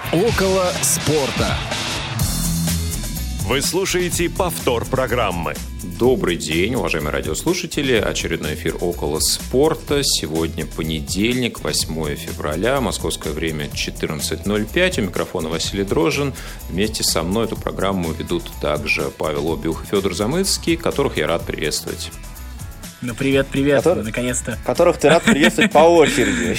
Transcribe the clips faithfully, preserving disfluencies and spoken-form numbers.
Около спорта. Вы слушаете повтор программы. Добрый день, уважаемые радиослушатели. Очередной эфир «Около спорта». Сегодня понедельник, восьмое февраля, московское время четырнадцать ноль пять. У микрофона Василий Дрожжин. Вместе со мной эту программу ведут также Павел Обиух и Федор Замыцкий, которых я рад приветствовать. Ну, привет-привет, Котор... наконец-то. Которых ты рад приветствовать по очереди.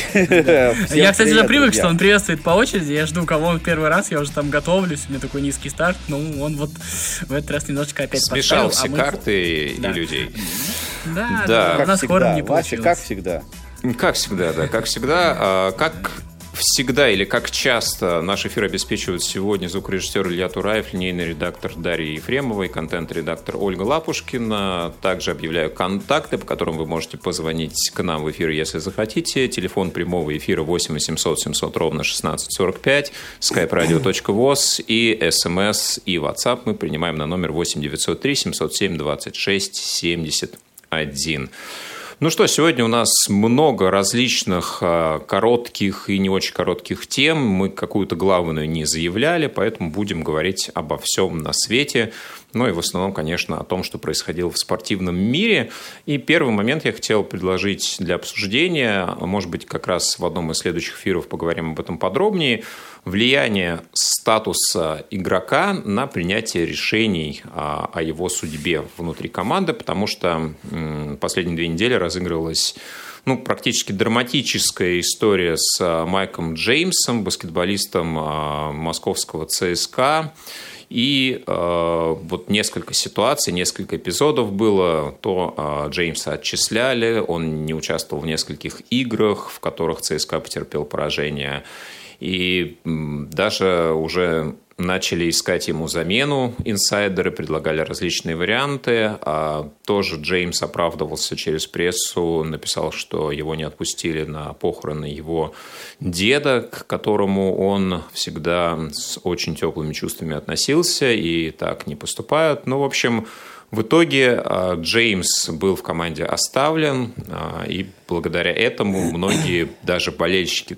Я, кстати, уже привык, что он приветствует по очереди. Я жду, кого он первый раз, я уже там готовлюсь. У меня такой низкий старт. Ну, он вот в этот раз немножечко опять смешал все карты и людей. Да, да, у нас скоро не получилось. Как всегда. Как всегда, да, как всегда. Как всегда или как часто наш эфир обеспечивают сегодня звукорежиссер Илья Тураев, линейный редактор Дарья Ефремова и контент-редактор Ольга Лапушкина. Также объявляю контакты, по которым вы можете позвонить к нам в эфир, если захотите. Телефон прямого эфира восемь восемьсот семьсот ровно шестнадцать сорок пять, skype radio точка voz и смс и WhatsApp мы принимаем на номер восемь девятьсот три семьсот семь двадцать шесть семьдесят один. Ну что, сегодня у нас много различных коротких и не очень коротких тем. Мы какую-то главную не заявляли, поэтому будем говорить обо всем на свете. Ну и в основном, конечно, о том, что происходило в спортивном мире. И первый момент я хотел предложить для обсуждения, может быть, как раз в одном из следующих эфиров поговорим об этом подробнее, влияние статуса игрока на принятие решений о его судьбе внутри команды, потому что последние две недели разыгрывалась ну, практически драматическая история с Майком Джеймсом, баскетболистом московского ЦСКА. И э, вот несколько ситуаций, несколько эпизодов было. То э, Джеймса отчисляли, он не участвовал в нескольких играх, в которых ЦСКА потерпел поражение. И м, даже уже начали искать ему замену инсайдеры, предлагали различные варианты. А тоже Джеймс оправдывался через прессу, написал, что его не отпустили на похороны его деда, к которому он всегда с очень теплыми чувствами относился, и так не поступают. Ну, в общем, в итоге Джеймс был в команде оставлен, и благодаря этому многие, даже болельщики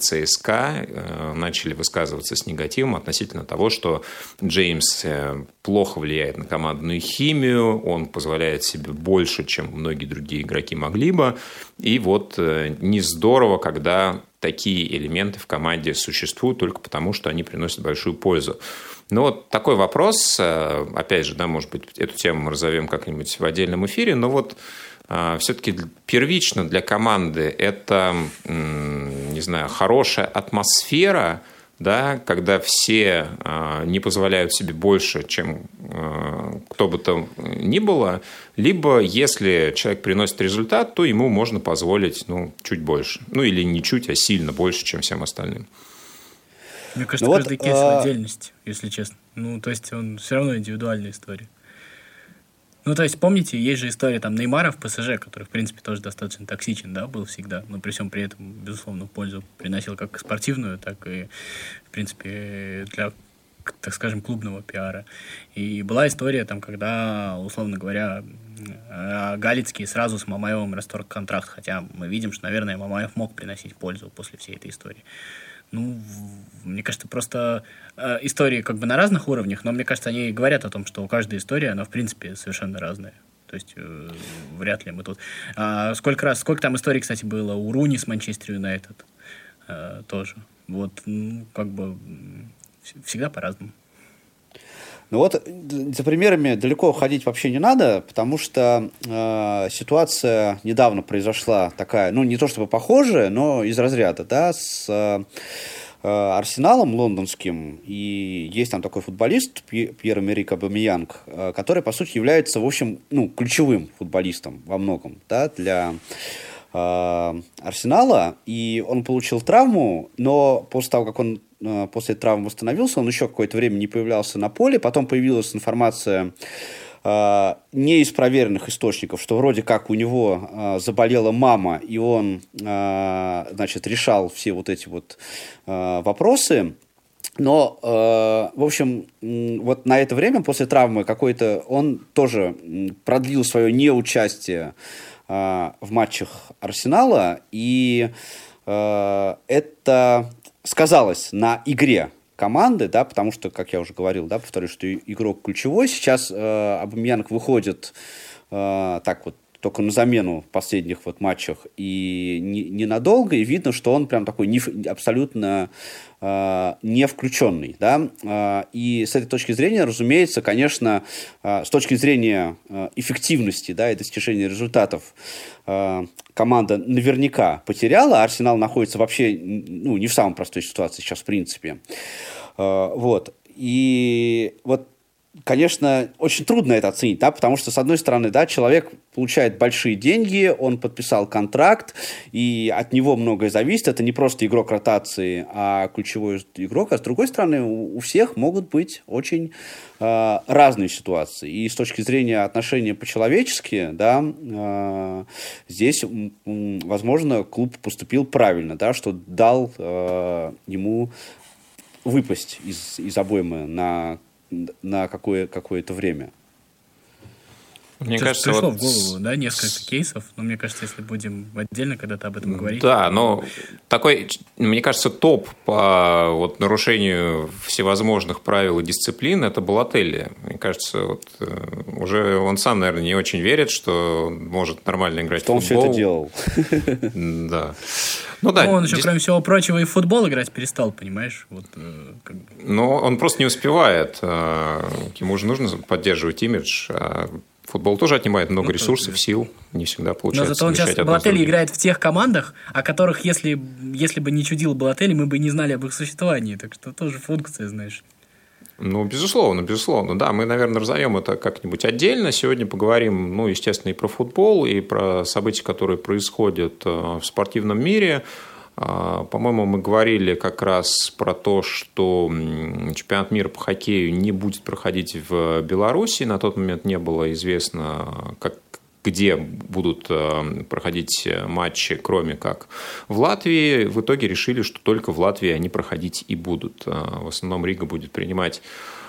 ЦСКА, начали высказываться с негативом относительно того, что Джеймс плохо влияет на командную химию, он позволяет себе больше, чем многие другие игроки могли бы. И вот не здорово, когда такие элементы в команде существуют только потому, что они приносят большую пользу. Ну, вот такой вопрос, опять же, да, может быть, эту тему мы разовьем как-нибудь в отдельном эфире, но вот все-таки первично для команды это, не знаю, хорошая атмосфера, да, когда все не позволяют себе больше, чем кто бы то ни было, либо если человек приносит результат, то ему можно позволить ну, чуть больше. Ну, или не чуть, а сильно больше, чем всем остальным. Мне кажется, ну каждый вот, кейс а... в отдельности, если честно. Ну, то есть, он все равно индивидуальная история. Ну, то есть, помните, есть же история там Неймара в ПСЖ, который, в принципе, тоже достаточно токсичен, да, был всегда, но при всем при этом, безусловно, пользу приносил как спортивную, так и, в принципе, для, так скажем, клубного пиара. И была история там, когда, условно говоря, Галицкий сразу с Мамаевым расторг контракт, хотя мы видим, что, наверное, Мамаев мог приносить пользу после всей этой истории. Ну, мне кажется, просто э, истории как бы на разных уровнях, но мне кажется, они говорят о том, что каждая история, она, в принципе, совершенно разная. То есть, э, вряд ли мы тут... А сколько раз, сколько там историй, кстати, было у Руни с Манчестер Юнайтед э, тоже. Вот, ну, как бы, всегда по-разному. Ну вот за примерами далеко уходить вообще не надо, потому что э, ситуация недавно произошла такая, ну не то чтобы похожая, но из разряда, да, с э, Арсеналом лондонским, и есть там такой футболист Пьер-Эмерик Обамеянг, э, который, по сути, является, в общем, ну, ключевым футболистом во многом, да, для э, Арсенала, и он получил травму, но после того, как он после травмы восстановился, он еще какое-то время не появлялся на поле, потом появилась информация э, не из проверенных источников, что вроде как у него э, заболела мама, и он, э, значит, решал все вот эти вот э, вопросы. Но, э, в общем, вот на это время, после травмы какой-то, он тоже продлил свое неучастие э, в матчах Арсенала, и э, это сказалось на игре команды, да, потому что, как я уже говорил, да, повторюсь, что игрок ключевой. Сейчас э, Аубамейянг выходит э, так вот только на замену в последних вот матчах и не, ненадолго, и видно, что он прям такой не, абсолютно э, не включенный, да, э, и с этой точки зрения, разумеется, конечно, э, с точки зрения э, эффективности, да, и достижения результатов э, команда наверняка потеряла, Арсенал находится вообще, ну, не в самой простой ситуации сейчас, в принципе, э, вот, и вот конечно, очень трудно это оценить, да, потому что, с одной стороны, да, человек получает большие деньги, он подписал контракт, и от него многое зависит. Это не просто игрок ротации, а ключевой игрок. А с другой стороны, у, у всех могут быть очень э, разные ситуации. И с точки зрения отношения по-человечески, да, э, здесь, э, возможно, клуб поступил правильно, да, что дал э, ему выпасть из, из обоймы на на какое, какое-то время. Мне Сейчас кажется, пришло вот... в голову, да, несколько кейсов, но мне кажется, если будем отдельно когда-то об этом говорить... Да, но такой, мне кажется, топ по вот, нарушению всевозможных правил и дисциплин – это Балотелли. Мне кажется, вот, уже он сам, наверное, не очень верит, что он может нормально играть что в футбол. Он все это делал. Да. Ну, да, ну, он еще, дис... кроме всего прочего, и в футбол играть перестал, понимаешь? Вот, э, как... Но он просто не успевает. Ему же нужно поддерживать имидж. Футбол тоже отнимает много ну, ресурсов, сил. Не всегда получается. Но зато он сейчас Балотелли играет в тех командах, о которых, если, если бы не чудил Балотелли, мы бы не знали об их существовании. Так что тоже функция, знаешь. Ну, безусловно, безусловно. Да, мы, наверное, разовьем это как-нибудь отдельно. Сегодня поговорим, ну, естественно, и про футбол, и про события, которые происходят в спортивном мире. По-моему, мы говорили как раз про то, что чемпионат мира по хоккею не будет проходить в Беларуси. На тот момент не было известно, как, где будут проходить матчи, кроме как в Латвии. В итоге решили, что только в Латвии они проходить и будут. В основном Рига будет принимать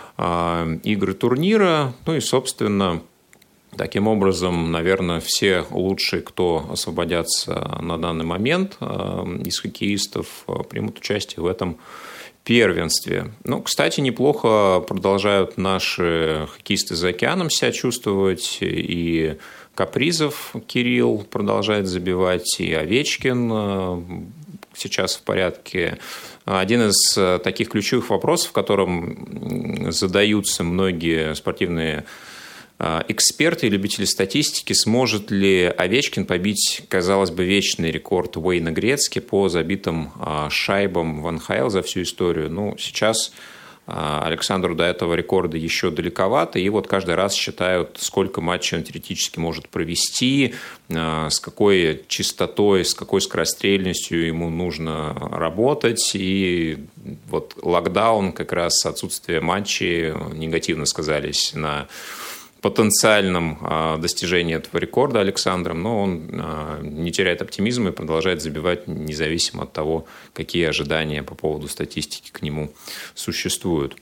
игры турнира. Ну и, собственно... Таким образом, наверное, все лучшие, кто освободятся на данный момент из хоккеистов, примут участие в этом первенстве. Ну, кстати, неплохо продолжают наши хоккеисты за океаном себя чувствовать. И Капризов Кирилл продолжает забивать, и Овечкин сейчас в порядке. Один из таких ключевых вопросов, в котором задаются многие спортивные эксперты и любители статистики, сможет ли Овечкин побить, казалось бы, вечный рекорд Уэйна Грецки по забитым шайбам в эн ха эл за всю историю. Ну, сейчас Александру до этого рекорда еще далековато, и вот каждый раз считают, сколько матчей он теоретически может провести, с какой частотой, с какой скорострельностью ему нужно работать, и вот локдаун, как раз отсутствие матчей негативно сказались на потенциальном достижении этого рекорда Александром, но он не теряет оптимизма и продолжает забивать, независимо от того, какие ожидания по поводу статистики к нему существуют.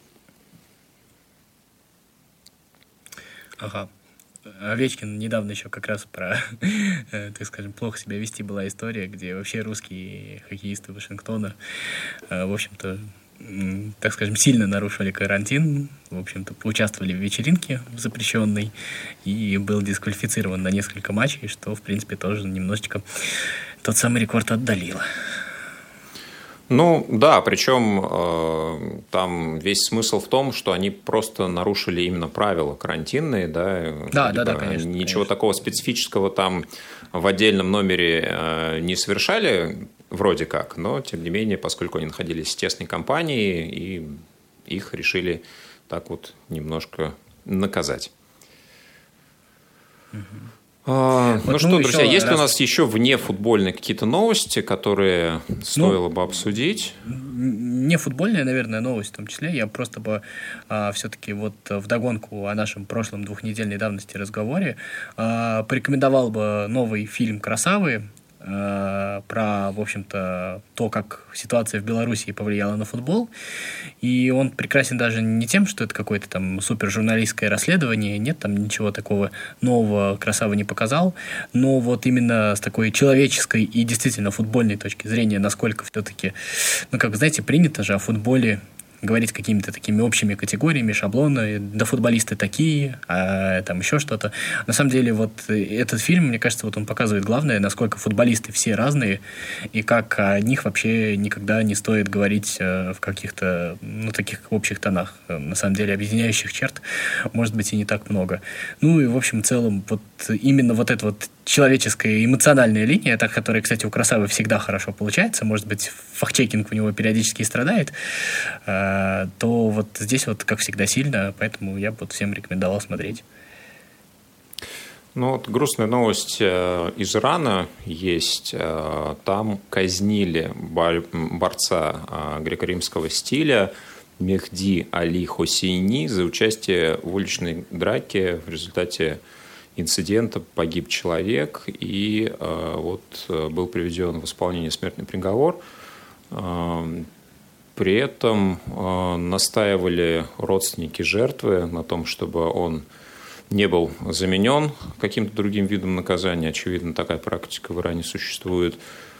Ага. Овечкин недавно еще как раз про, так скажем, плохо себя вести была история, где вообще русские хоккеисты Вашингтона, в общем-то, так скажем, сильно нарушили карантин, в общем-то, поучаствовали в вечеринке запрещенной и был дисквалифицирован на несколько матчей, что, в принципе, тоже немножечко тот самый рекорд отдалило. Ну, да, причем э, там весь смысл в том, что они просто нарушили именно правила карантинные, да, да, да, да, конечно. Ничего конечно. такого специфического там в отдельном номере э, не совершали, вроде как, но, тем не менее, поскольку они находились в тесной компании, и их решили так вот немножко наказать. Угу. А, вот, ну, ну что, друзья, есть раз... ли у нас еще вне футбольные какие-то новости, которые стоило ну, бы обсудить? Не футбольная, наверное, новость в том числе. Я просто бы а, все-таки вот вдогонку о нашем прошлом двухнедельной давности разговоре а, порекомендовал бы новый фильм «Красавы», про, в общем-то, то, как ситуация в Белоруссии повлияла на футбол. И он прекрасен даже не тем, что это какое-то там супержурналистское расследование, нет там ничего такого нового Красава не показал, но вот именно с такой человеческой и действительно футбольной точки зрения, насколько все-таки, ну, как, знаете, принято же о футболе говорить какими-то такими общими категориями, шаблоны, да футболисты такие, а там еще что-то. На самом деле вот этот фильм, мне кажется, вот он показывает главное, насколько футболисты все разные, и как о них вообще никогда не стоит говорить в каких-то, ну, таких общих тонах. На самом деле объединяющих черт может быть и не так много. Ну и в общем в целом вот именно вот эта вот человеческая эмоциональная линия, та, которая, кстати, у Куросавы всегда хорошо получается, может быть, фактчекинг у него периодически страдает, то вот здесь вот, как всегда, сильно, поэтому я бы вот всем рекомендовал смотреть. Ну вот грустная новость из Ирана есть. Там казнили борца греко-римского стиля Мехди Али Хосейни за участие в уличной драке. В результате инцидента погиб человек, и э, вот был приведен в исполнение смертный приговор. Э, при этом э, настаивали родственники жертвы на том, чтобы он не был заменен каким-то другим видом наказания. Очевидно, такая практика в Иране существует.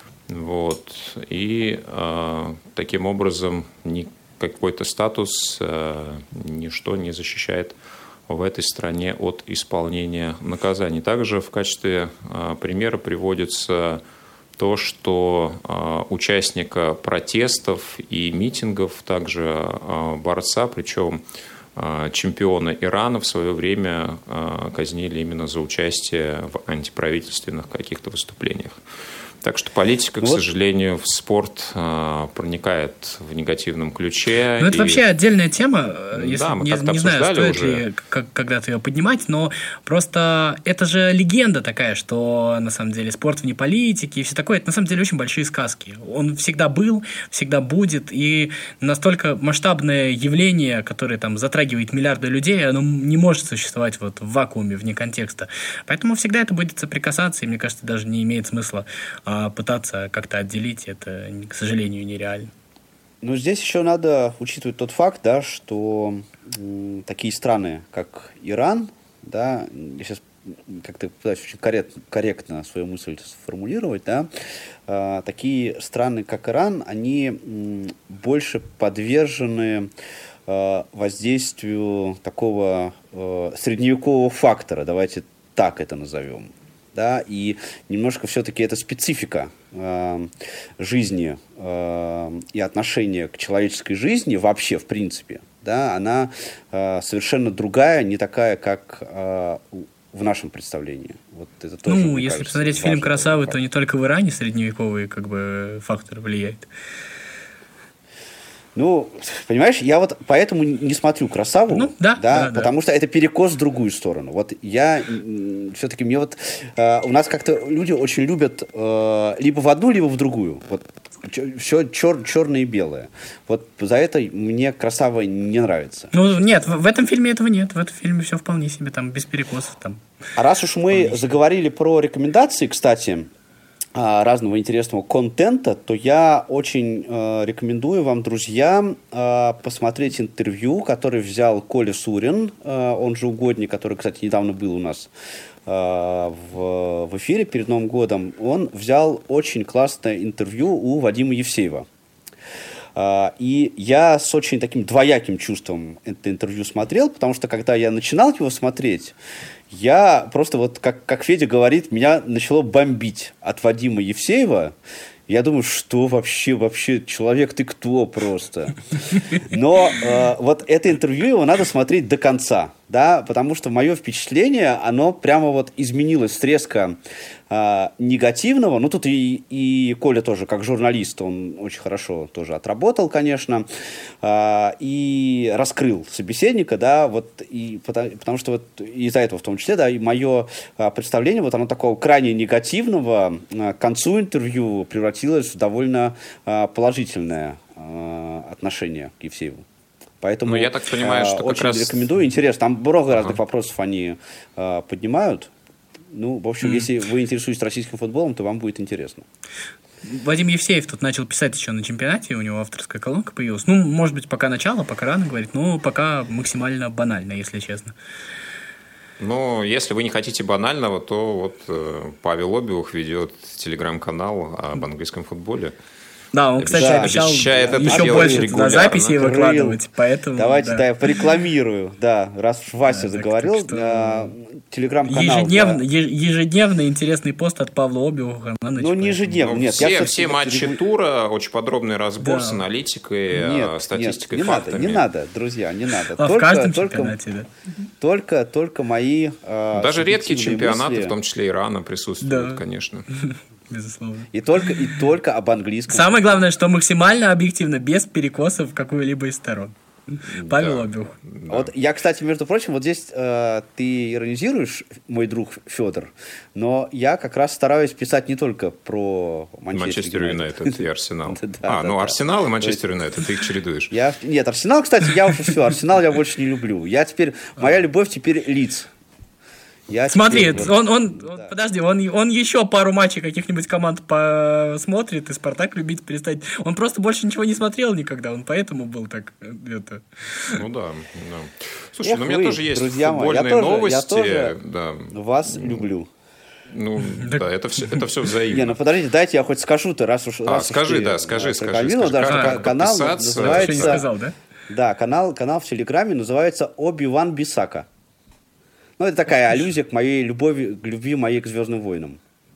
Вот. И э, таким образом ни какой-то статус, э, ничто не защищает в этой стране от исполнения наказаний. Также в качестве а, примера приводится то, что а, участника протестов и митингов, также а, борца, причем а, чемпиона Ирана, в свое время а, казнили именно за участие в антиправительственных каких-то выступлениях. Так что политика, к вот. сожалению, в спорт а, проникает в негативном ключе. Ну, это и... вообще отдельная тема. Если, да, мы не, как-то не знаю, стоит уже. ли как, когда-то ее поднимать, но просто это же легенда такая, что на самом деле спорт вне политики и все такое. Это на самом деле очень большие сказки. Он всегда был, всегда будет, и настолько масштабное явление, которое там затрагивает миллиарды людей, оно не может существовать вот в вакууме, вне контекста. Поэтому всегда это будет соприкасаться, и мне кажется, даже не имеет смысла а пытаться как-то отделить, это, к сожалению, нереально. Ну, здесь еще надо учитывать тот факт, да, что м, такие страны, как Иран, да, я сейчас как-то пытаюсь очень корректно, корректно свою мысль сформулировать, да, э, такие страны, как Иран, они м, больше подвержены э, воздействию такого э, средневекового фактора, давайте так это назовем. Да, и немножко все-таки это специфика э, жизни э, и отношения к человеческой жизни вообще, в принципе, да, она э, совершенно другая, не такая, как э, в нашем представлении. Вот это тоже, ну, если кажется, посмотреть фильм «Красавы», факт. то не только в Иране средневековый как бы фактор влияет. Ну, понимаешь, я вот поэтому не смотрю «Красаву», ну, да, да, да, потому да. что это перекос в другую сторону. Вот я все-таки, мне вот, э, у нас как-то люди очень любят э, либо в одну, либо в другую. Вот все чер, черное и белое. Вот за это мне «Красава» не нравится. Ну, нет, в, в этом фильме этого нет. В этом фильме все вполне себе, там, без перекосов. Там. А раз уж мы заговорили про рекомендации, кстати, разного интересного контента, то я очень э, рекомендую вам, друзья, э, посмотреть интервью, которое взял Коля Сурин, э, он же Угодник, который, кстати, недавно был у нас э, в, в эфире перед Новым годом. Он взял очень классное интервью у Вадима Евсеева. Uh, и я с очень таким двояким чувством это интервью смотрел, потому что когда я начинал его смотреть, я просто вот, как, как Федя говорит, меня начало бомбить от Вадима Евсеева. Я думаю, что вообще, вообще, человек, ты кто просто? Но э, вот это интервью его надо смотреть до конца, да, потому что мое впечатление, оно прямо вот изменилось с резко э, негативного. Ну, тут и, и Коля тоже, как журналист, он очень хорошо тоже отработал, конечно, э, и раскрыл собеседника, да, вот, и потому, потому что вот из-за этого в том числе, да, и мое э, представление, вот оно такого крайне негативного э, к концу интервью превратилось в довольно э, положительное э, отношение к Евсееву. Поэтому ну, я так понимаю, что э, очень как раз... рекомендую. Интересно. Там много ага. разных вопросов они э, поднимают. Ну, в общем, mm. если вы интересуетесь российским футболом, то вам будет интересно. Вадим Евсеев тут начал писать еще на чемпионате, у него авторская колонка появилась. Ну, может быть, пока начало, пока рано говорить, но пока максимально банально, если честно. Ну, если вы не хотите банального, то вот э, Павел Обиух ведет телеграм-канал об английском футболе. Да, он, кстати, да, обещал это еще больше туда записей выкладывать, поэтому... Давайте, да. да, я порекламирую, да, раз уж Вася да, заговорил, так, так что... телеграм-канал. Ежедневно, да. ежедневно интересный пост от Павла Обиуха. Ну, не ежедневно, нет. Все, я все матчи регу... тура, очень подробный разбор да. с аналитикой, нет, статистикой, нет, не фактами. Надо, не надо, друзья, не надо. А только, в каждом только, чемпионате, да? Только, только мои э, Даже редкие чемпионаты, мысли. В том числе Ирана, присутствуют, да. конечно. Безусловно. И только, и только об английском. Самое главное, что максимально объективно, без перекосов в какую-либо из сторон. Павел да. Обиух. Да. Вот я, кстати, между прочим, вот здесь э, ты иронизируешь, мой друг Федор, но я как раз стараюсь писать не только про Манчестер Юнайтед и Арсенал. А, ну Арсенал и Манчестер Юнайтед, ты их чередуешь. Нет, Арсенал, кстати, я уже все, Арсенал я больше не люблю. Я теперь, моя любовь теперь Лидс. Я Смотри, теперь... он, он, да. он, подожди, он, он еще пару матчей каких-нибудь команд посмотрит, и Спартак любить перестать. Он просто больше ничего не смотрел никогда, он поэтому был так, это... Ну да, да. Слушай, Эх, ну у меня вы, тоже есть друзья футбольные мои, я новости. Тоже, я тоже да. вас люблю. Ну, да, это все, это все взаимно. Не, ну подождите, дайте я хоть скажу-то, раз уж... А, раз скажи, уж ты, да, скажи, скажи. скажи, скажи даже а, канал называется... Не сказал, да? Да, канал, канал в Телеграме называется Оби-Ван Бисака. Ну, это такая аллюзия к моей любови, к любви моей к «Звездным войнам».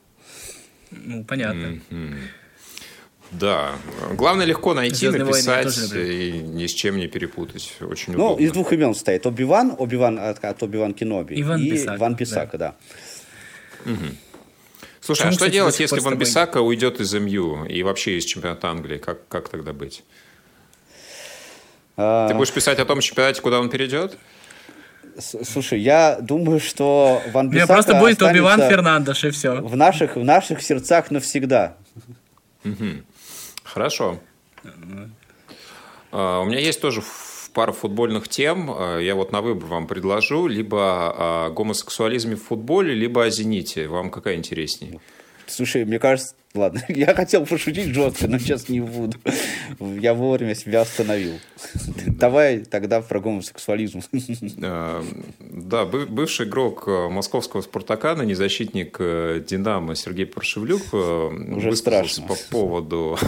Ну, понятно. Mm-hmm. Да. Главное, легко найти, «Звездные написать и ни с чем не перепутать. Очень ну, удобно. Из двух имен стоит. Оби-Ван, Оби-Ван от, от Оби-Ван Кеноби. И Ван и Бисака, Ван Бисака, да. да. Угу. Слушай, Почему, а что кстати, делать, если Ван тобой... Бисака уйдет из эм ю и вообще из чемпионата Англии? Как, как тогда быть? А... Ты будешь писать о том чемпионате, куда он перейдет? Слушай, я думаю, что Ван Бисака просто будет Оби-Ван Фернандеш, и все. В наших, в наших сердцах навсегда. Угу. Хорошо. Uh, у меня есть тоже пара футбольных тем. Я вот на выбор вам предложу. Либо о гомосексуализме в футболе, либо о «Зените». Вам какая интереснее? Слушай, мне кажется... Ладно, я хотел пошутить жестко, но сейчас не буду. Я вовремя себя остановил. Давай тогда про гомосексуализм. Да, бывший игрок московского «Спартака», ныне защитник «Динамо» Сергей Паршевлюк высказался по поводу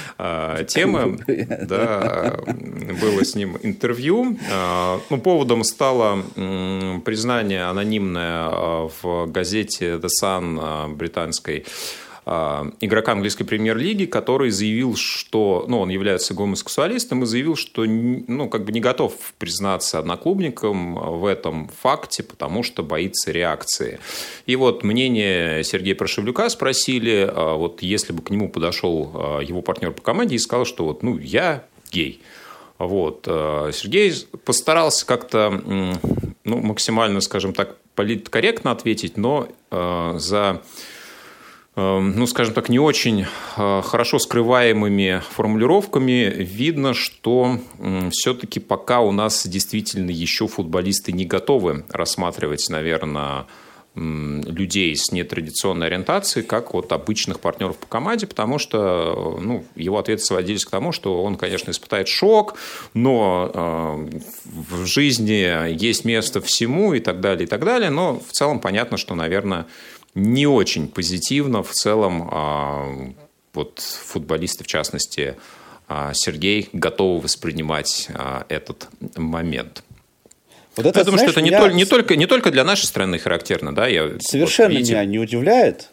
темы. Да, было с ним интервью. Ну, поводом стало признание анонимное в газете «The Sun» британской игрока английской премьер-лиги, который заявил, что, ну, он является гомосексуалистом и заявил, что, ну, как бы не готов признаться одноклубникам в этом факте, потому что боится реакции. И вот мнение Сергея Паршевлюка спросили, вот если бы к нему подошел его партнер по команде и сказал, что вот, ну, я гей. Вот. Сергей постарался как-то, ну, максимально, скажем так, политкорректно ответить, но за... ну, скажем так, не очень хорошо скрываемыми формулировками видно, что все-таки пока у нас действительно еще футболисты не готовы рассматривать, наверное, людей с нетрадиционной ориентацией, как вот обычных партнеров по команде, потому что, ну, его ответы сводились к тому, что он, конечно, испытает шок, но э, в жизни есть место всему и так далее, и так далее, но в целом понятно, что, наверное, не очень позитивно в целом а, вот футболисты, в частности, а, Сергей, готовы воспринимать а, этот момент. Вот это, я думаю, знаешь, что это не, меня... то, не, только, не только для нашей страны характерно. Да? Я, Совершенно вот, видите... меня не удивляет.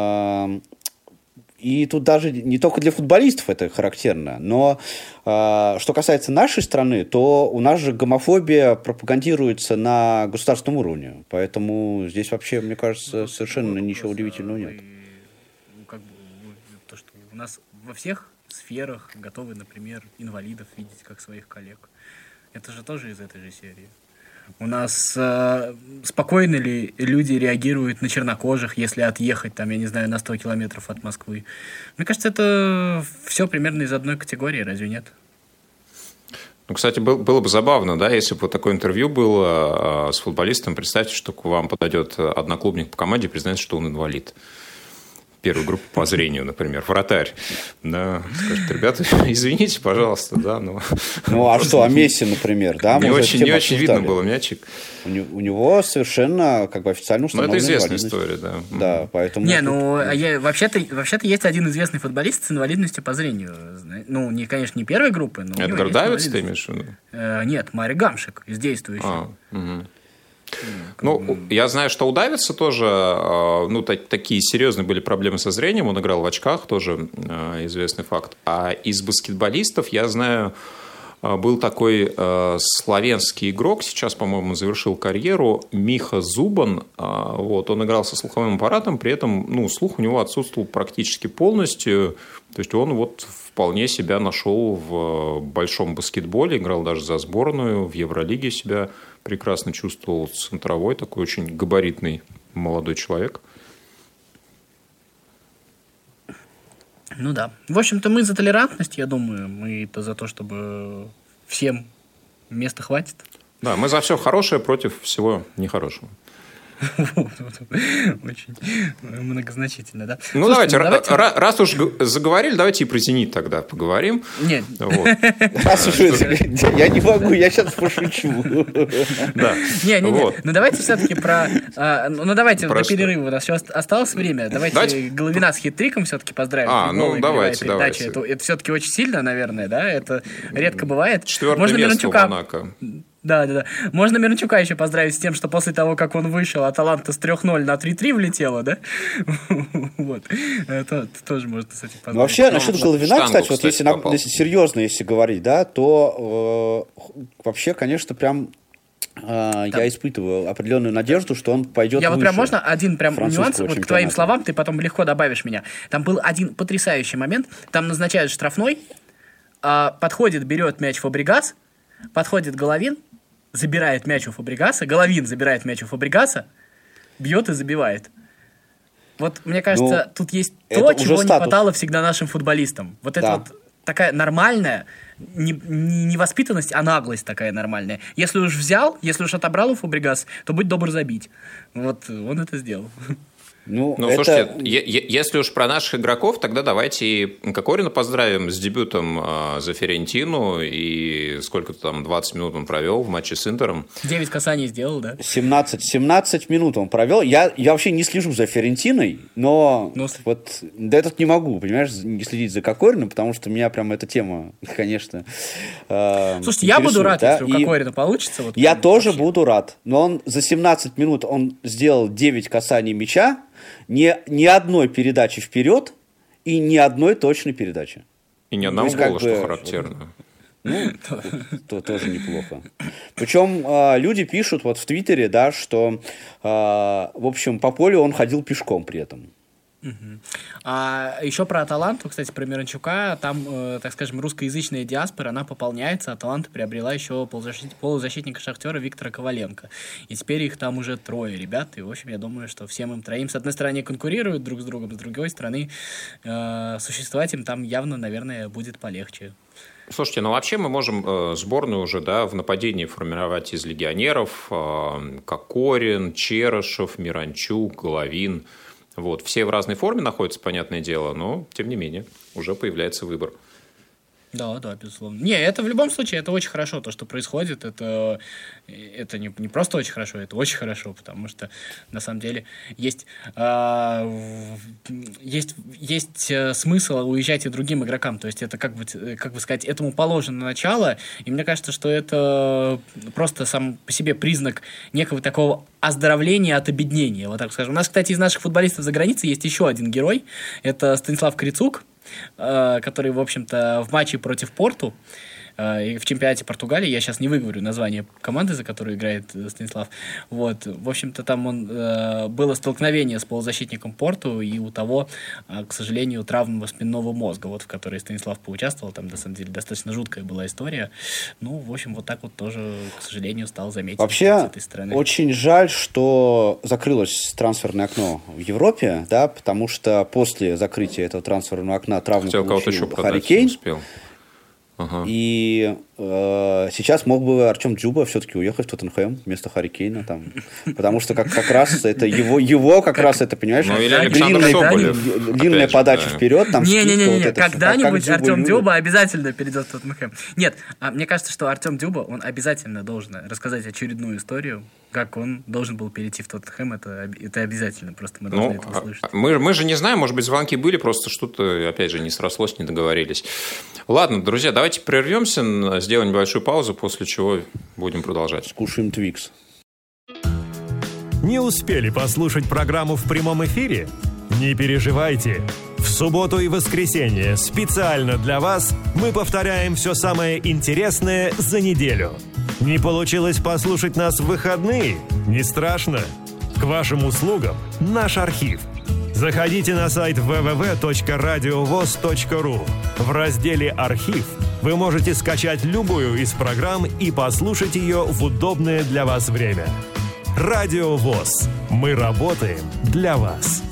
И тут даже не только для футболистов это характерно, но э, что касается нашей страны, то у нас же гомофобия пропагандируется на государственном уровне. Поэтому здесь вообще, мне кажется, совершенно ничего удивительного нет. Как бы, то, что у нас во всех сферах готовы, например, инвалидов видеть как своих коллег. Это же тоже из этой же серии. У нас э, спокойно ли люди реагируют на чернокожих, если отъехать, там, я не знаю, на сто километров от Москвы? Мне кажется, это все примерно из одной категории, разве нет? Ну, кстати, был, было бы забавно, да, если бы вот такое интервью было э, с футболистом. Представьте, что к вам подойдет одноклубник по команде и признается, что он инвалид. первой группы по зрению, например, вратарь, да, скажет, ребята, извините, пожалуйста, да, но... Ну, а что, а Месси, например, да? Не очень, не очень видно было мячик. У него, у него совершенно, как бы, официально установленная инвалидность. Ну, это известная инвалидность. история, да. Да, поэтому... Не, ну, а я, вообще-то, вообще-то есть один известный футболист с инвалидностью по зрению. Ну, не, конечно, не первой группы, но... Эдгар Давидс, ты имеешь в виду? Э, нет, Мари Гамшик из действующих. А, угу. Ну, я знаю, что у Давидса тоже, ну, так, такие серьезные были проблемы со зрением. Он играл в очках, тоже известный факт. А из баскетболистов я знаю, был такой славянский игрок, сейчас, по-моему, завершил карьеру, Миха Зубан. Вот, он играл со слуховым аппаратом, при этом, ну, слух у него отсутствовал практически полностью. То есть он вот вполне себя нашел в большом баскетболе, играл даже за сборную, в Евролиге себя прекрасно чувствовал, центровой, такой очень габаритный молодой человек. Ну да. В общем-то, мы за толерантность, я думаю. Мы-то за то, чтобы всем места хватит. Да, мы за все хорошее против всего нехорошего. Очень многозначительно, да? Ну, давайте, раз уж заговорили, давайте и про «Зенит» тогда поговорим. Нет. Раз уж я не могу, я сейчас пошучу. Не-не-не, ну давайте все-таки про... Ну, давайте до перерыва, у нас еще осталось время. Давайте Головина с хит-триком все-таки поздравим. А, ну, давайте, давайте. Это все-таки очень сильно, наверное, да? Это редко бывает. Четвертое место у Монако. Да, да, да. Можно Миранчука еще поздравить с тем, что после того, как он вышел, Аталанта с три ноль на три три влетела, да? Вот. Это тоже можно с этим поздравить. Вообще, насчет Головина, кстати, вот если, если серьезно, если говорить, да, то э, вообще, конечно, прям э, я испытываю определенную надежду, что он пойдет Я выше. вот прям, можно один прям нюанс, вот чемпионата. к твоим словам, ты потом легко добавишь меня. Там был один потрясающий момент, там назначают штрафной, э, подходит, берет мяч Фабрегас, подходит Головин, забирает мяч у Фабрегаса, Головин забирает мяч у Фабрегаса, бьет и забивает. Вот, мне кажется, ну, тут есть то, чего не статус. хватало всегда нашим футболистам. Вот да. это вот такая нормальная, не, не, не воспитанность, а наглость такая нормальная. Если уж взял, если уж отобрал у Фабрегаса, то будь добр забить. Вот он это сделал. Ну, ну это... слушайте, е- если уж про наших игроков, тогда давайте Кокорина поздравим с дебютом э, за Фиорентину. И сколько-то там, двадцать минут он провел в матче с Интером. девять касаний сделал, да? семнадцать, семнадцать минут он провел. Я, я вообще не слежу за Фиорентиной, но ну, вот да этот не могу, понимаешь, не следить за Кокориным, потому что меня прям эта тема, конечно, э, Слушайте, я буду рад, да? если у Кокорина получится. Вот, я тоже вообще. буду рад, но он за семнадцать минут он сделал девять касаний мяча, Ни, ни одной передачи вперед и ни одной точной передачи. И ни одного гола, что бы, характерно. Ну, то тоже неплохо. Причем э, люди пишут вот в Твиттере, да, что, э, в общем, по полю он ходил пешком при этом. Uh-huh. А еще про Аталанту, кстати, про Миранчука, там, э, так скажем, русскоязычная диаспора, она пополняется. Аталанта приобрела еще полузащит... полузащитника Шахтера Виктора Коваленко. И теперь их там уже трое ребят. И, в общем, я думаю, что всем им троим, с одной стороны, конкурируют друг с другом, с другой стороны, э, существовать им там явно, наверное, будет полегче. Слушайте, ну вообще мы можем э, сборную уже, да, в нападении формировать из легионеров. Э, Кокорин, Черышев, Миранчук, Головин. Вот. Все в разной форме находятся, понятное дело, но, тем не менее, уже появляется выбор. Да, да, безусловно. Не, это в любом случае, это очень хорошо, то, что происходит, это, это не, не просто очень хорошо, это очень хорошо, потому что, на самом деле, есть, э, есть, есть смысл уезжать и другим игрокам, то есть это, как бы, как бы сказать, этому положено начало, и мне кажется, что это просто сам по себе признак некого такого оздоровления от обеднения, вот так скажем. У нас, кстати, из наших футболистов за границей есть еще один герой, это Станислав Крицук, который, в общем-то, в матче против Порту и в чемпионате Португалии, я сейчас не выговорю название команды, за которую играет Станислав, вот, в общем-то, там он, было столкновение с полузащитником Порту, и у того, к сожалению, травма спинного мозга, вот, в которой Станислав поучаствовал, там, на самом деле, достаточно жуткая была история, ну, в общем, вот так вот тоже, к сожалению, стал заметен. Вообще, с этой стороны. Очень жаль, что закрылось трансферное окно в Европе, да, потому что после закрытия этого трансферного окна травму получил Харри Кейн. Ага. И э, сейчас мог бы Артем Дзюба все-таки уехать в Тоттенхэм вместо Харри Кейна, там, потому что как, как раз это его, его как раз это, понимаешь, ну, длинная, длинная подача да. вперед, там Не-не-не, вот когда-нибудь как, как Артем Дзюба обязательно перейдет в Тоттенхэм. Нет, а мне кажется, что Артем Дзюба, он обязательно должен рассказать очередную историю, как он должен был перейти в Тоттенхэм, это, это обязательно, просто мы должны ну, это услышать. Мы, мы же не знаем, может быть, звонки были, просто что-то, опять же, не срослось, не договорились. Ладно, друзья, давайте прервемся, сделаем небольшую паузу, после чего будем продолжать. Скушаем Твикс. Не успели послушать программу в прямом эфире? Не переживайте. В субботу и воскресенье специально для вас мы повторяем все самое интересное за неделю. Не получилось послушать нас в выходные? Не страшно. К вашим услугам наш архив. Заходите на сайт дабл ю дабл ю дабл ю точка радиовос точка ру. В разделе «Архив» вы можете скачать любую из программ и послушать ее в удобное для вас время. Радио ВОС. Мы работаем для вас.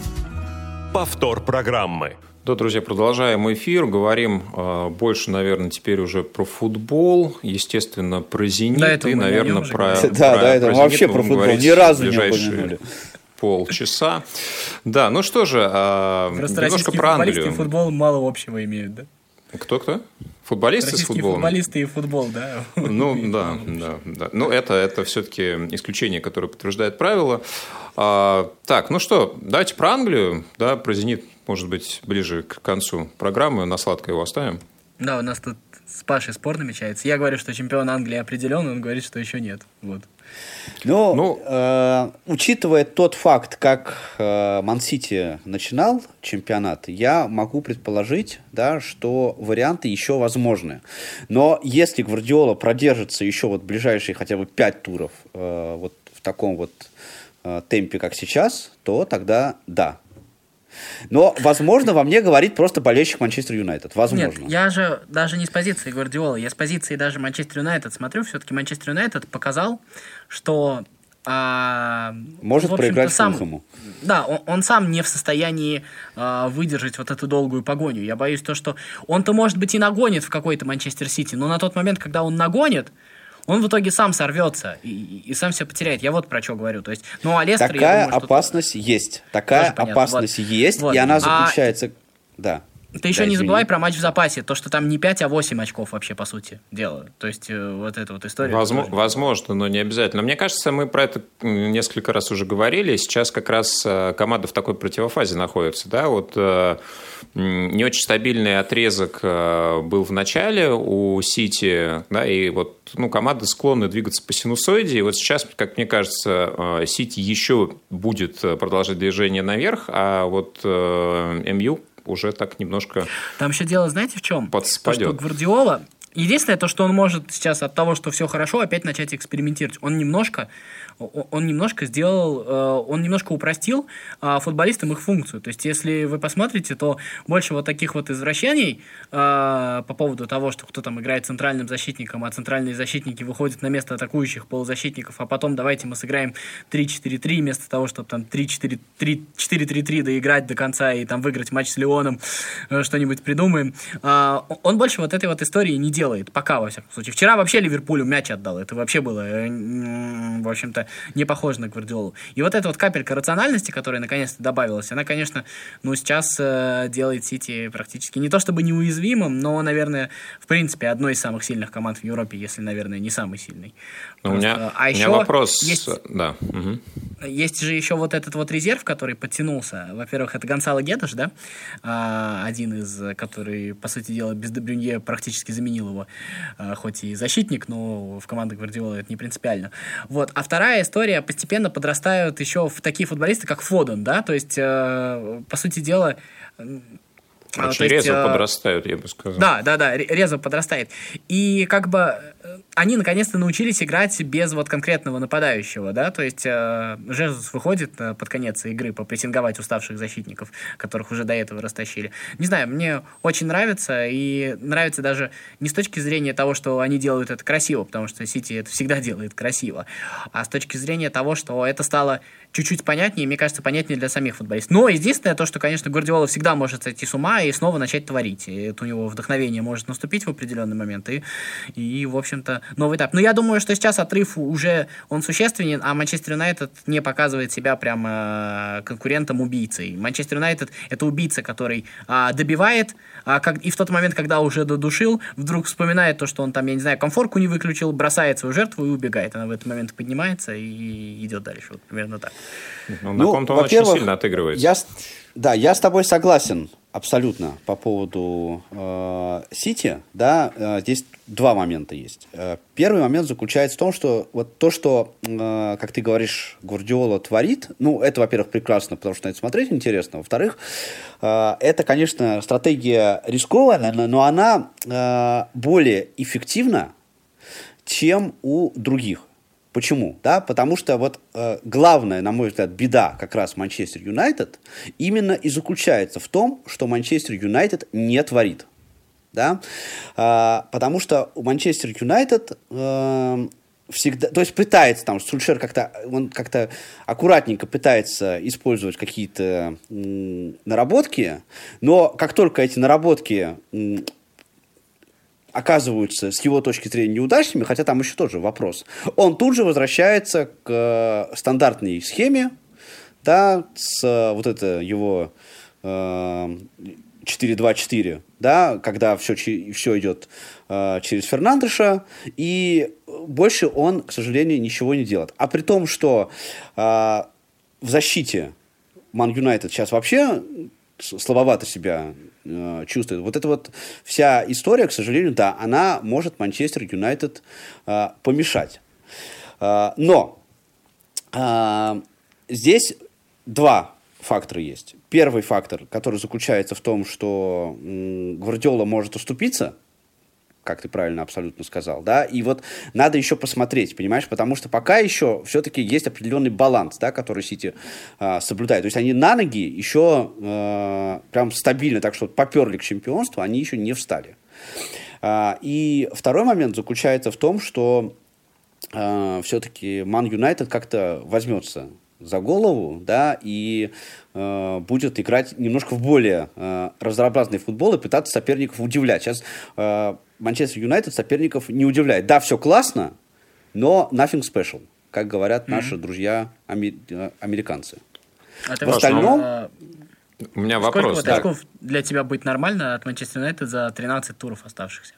Повтор программы. Да, друзья, продолжаем эфир. Говорим э, больше, наверное, теперь уже про футбол. Естественно, про «Зенит» и, наверное, про, про... Да, про, да, это вообще про футбол. Ни разу не упомянули. Полчаса. Да, ну что же, э, немножко про Англию. И футбол мало общего имеют, да? Кто-кто? Футболисты с футболом? Футболисты и футбол, да. Ну, да, да, да. Ну, это, это все-таки исключение, которое подтверждает правило. А, так, ну что, давайте про Англию, да, про «Зенит», может быть, ближе к концу программы. На сладкое его оставим. Да, у нас тут с Пашей спор намечается. Я говорю, что чемпион Англии определен, он говорит, что еще нет. Вот. Ну, ну э, учитывая тот факт, как э, Ман-Сити начинал чемпионат, я могу предположить, да, что варианты еще возможны. Но если Гвардиола продержится еще вот ближайшие хотя бы пять туров э, вот в таком вот э, темпе, как сейчас, то тогда да. Но, возможно, во мне говорит просто болельщик Манчестер Юнайтед. Возможно. Нет, я же даже не с позиции Гвардиолы, я с позиции даже Манчестер Юнайтед смотрю. Все-таки Манчестер Юнайтед показал, что... А, может проиграть сам, Фулхэму. Да, он, он сам не в состоянии а, выдержать вот эту долгую погоню. Я боюсь то, что он-то, может быть, и нагонит в какой-то Манчестер Сити, но на тот момент, когда он нагонит, он в итоге сам сорвется и, и, и сам все потеряет. Я вот про что говорю. То есть, ну, а Лестер, такая я думаю, опасность что есть. Такая опасность вот. есть, вот. И она заключается... А... Да. Ты еще да, не забывай про матч в запасе, то, что там не пять, а восемь очков вообще, по сути, дело. То есть, э, вот эта вот история. Возможно, возможно, но не обязательно. Мне кажется, мы про это несколько раз уже говорили. Сейчас как раз команда в такой противофазе находится. Да? Вот, э, не очень стабильный отрезок э, был в начале у Сити, да, и вот ну, команда склонна двигаться по синусоиде. И вот сейчас, как мне кажется, Сити еще будет продолжать движение наверх, а вот э, эм ю уже так немножко... Там еще дело, знаете, в чем? Подспадет. То, что Гвардиола... Единственное, то, что он может сейчас от того, что все хорошо, опять начать экспериментировать. Он немножко, он немножко сделал, он немножко упростил футболистам их функцию. То есть, если вы посмотрите, то больше вот таких вот извращений по поводу того, что кто там играет центральным защитником, а центральные защитники выходят на место атакующих полузащитников, а потом давайте мы сыграем три четыре три вместо того, чтобы там три четыре три три доиграть до конца и там выиграть матч с Лионом, что-нибудь придумаем. Он больше вот этой вот истории не делает. Делает, пока, во всяком случае. Вчера вообще Ливерпулю мяч отдал. Это вообще было, в общем-то, не похоже на Гвардиолу. И вот эта вот капелька рациональности, которая наконец-то добавилась, она, конечно, ну, сейчас э, делает Сити практически не то чтобы неуязвимым, но, наверное, в принципе, одной из самых сильных команд в Европе, если, наверное, не самый сильный. Просто, у меня, а у меня вопрос... Есть, да. Угу. Есть же еще вот этот вот резерв, который подтянулся. Во-первых, это Гонсало Гедеш, да? А, один из, который, по сути дела, без Де Брюнье практически заменил его, хоть и защитник, но в команде Гвардиолы это не принципиально. Вот. А вторая история, постепенно подрастают еще в такие футболисты, как Фоден, да, то есть, по сути дела... Очень резво подрастают, я бы сказал. Да, да, да, резво подрастает. И как бы они наконец-то научились играть без вот конкретного нападающего, да, то есть э, Жезус выходит э, под конец игры попрессинговать уставших защитников, которых уже до этого растащили. Не знаю, мне очень нравится, и нравится даже не с точки зрения того, что они делают это красиво, потому что Сити это всегда делает красиво, а с точки зрения того, что это стало чуть-чуть понятнее, и, мне кажется, понятнее для самих футболистов. Но единственное то, что, конечно, Гвардиола всегда может сойти с ума и снова начать творить. И это у него вдохновение может наступить в определенный момент, и, и в общем-то, новый этап. Но я думаю, что сейчас отрыв уже он существенен, а Манчестер Юнайтед не показывает себя прямо конкурентом-убийцей. Манчестер Юнайтед — это убийца, который а, добивает, а, как, и в тот момент, когда уже додушил, вдруг вспоминает то, что он там, я не знаю, комфорку не выключил, бросает свою жертву и убегает. Она в этот момент поднимается и идет дальше. Вот примерно так. Ну, на ком-то он очень сильно отыгрывается. Я, да, я с тобой согласен абсолютно по поводу э, Сити. Да, э, здесь два момента есть. Э, первый момент заключается в том, что вот то, что, э, как ты говоришь, Гвардиола творит, ну, это, во-первых, прекрасно, потому что на это смотреть интересно. Во-вторых, э, это, конечно, стратегия рискованная, но она э, более эффективна, чем у других. Почему? Да, потому что вот э, главная, на мой взгляд, беда как раз Манчестер Юнайтед именно и заключается в том, что Манчестер Юнайтед не творит. Да? Э, потому что у Манчестер Юнайтед э, всегда, то есть пытается там, Сульшер как-то, он как-то аккуратненько пытается использовать какие-то м, наработки, но как только эти наработки м, оказываются с его точки зрения неудачными, хотя там еще тоже вопрос, он тут же возвращается к э, стандартной схеме, да, с э, вот это его э, четыре два четыре, да, когда все, все идет э, через Фернандеша, и больше он, к сожалению, ничего не делает. А при том, что э, в защите Ман Юнайтед сейчас вообще слабовато себя э, чувствует. Вот эта вот вся история, к сожалению, да, она может Манчестер Юнайтед э, помешать. Э, но э, здесь два фактора есть. Первый фактор, который заключается в том, что м, Гвардиола может уступиться, как ты правильно абсолютно сказал, да, и вот надо еще посмотреть, понимаешь, потому что пока еще все-таки есть определенный баланс, да, который Сити э, соблюдает, то есть они на ноги еще э, прям стабильно, так что поперли к чемпионству, они еще не встали. Э, и второй момент заключается в том, что э, все-таки Ман Юнайтед как-то возьмется за голову, да, и э, будет играть немножко в более э, разнообразный футбол и пытаться соперников удивлять. Сейчас э, Манчестер Юнайтед соперников не удивляет. Да, все классно, но nothing special, как говорят mm-hmm. наши друзья ами- американцы. А в остальном... А... У меня вопрос. Сколько да. очков для тебя будет нормально от Манчестер Юнайтед за тринадцать туров оставшихся?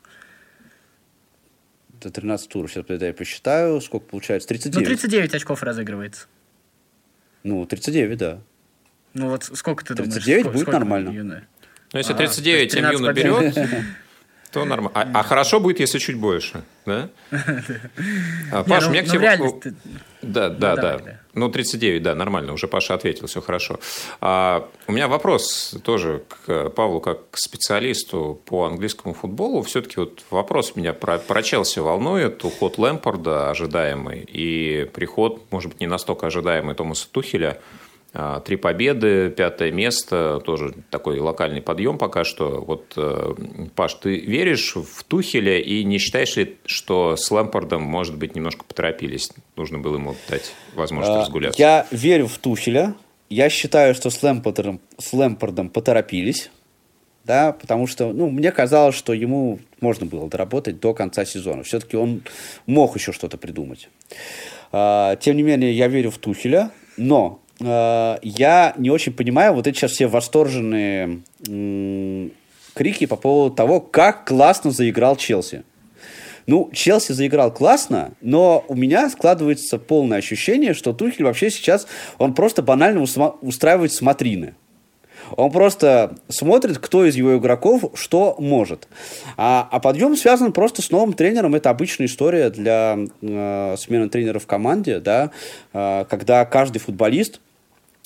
За тринадцать туров, сейчас я посчитаю, сколько получается? тридцать девять. Ну, тридцать девять очков разыгрывается. Ну, тридцать девять, да. Ну, вот сколько ты тридцать девять думаешь? будет нормально. Ну, если тридцать девять М Юна берет, то нормально. А, а хорошо будет, если чуть больше, да? Паша, у меня к тебе... Да, да, да. Ну, тридцать девять, да, нормально. Уже Паша ответил, все хорошо. А, у меня вопрос тоже к Павлу, как к специалисту по английскому футболу. Все-таки вот вопрос меня про, про Челси волнует. Уход Лэмпарда ожидаемый и приход, может быть, не настолько ожидаемый Томаса Тухеля. Три победы, пятое место, тоже такой локальный подъем пока что. Вот, Паш, ты веришь в Тухеля и не считаешь ли, что с Лэмпардом, может быть, немножко поторопились? Нужно было ему дать возможность а, разгуляться. Я верю в Тухеля. Я считаю, что с Лэмпардом, с Лэмпардом поторопились. Да, потому что, ну, мне казалось, что ему можно было доработать до конца сезона. Все-таки он мог еще что-то придумать. А, тем не менее, я верю в Тухеля, но я не очень понимаю вот эти сейчас все восторженные м- крики по поводу того, как классно заиграл Челси. Ну, Челси заиграл классно, но у меня складывается полное ощущение, что Тухель вообще сейчас, он просто банально усма- устраивает смотрины. Он просто смотрит, кто из его игроков что может. А, а подъем связан просто с новым тренером. Это обычная история для э, смены тренера в команде, да, э, когда каждый футболист,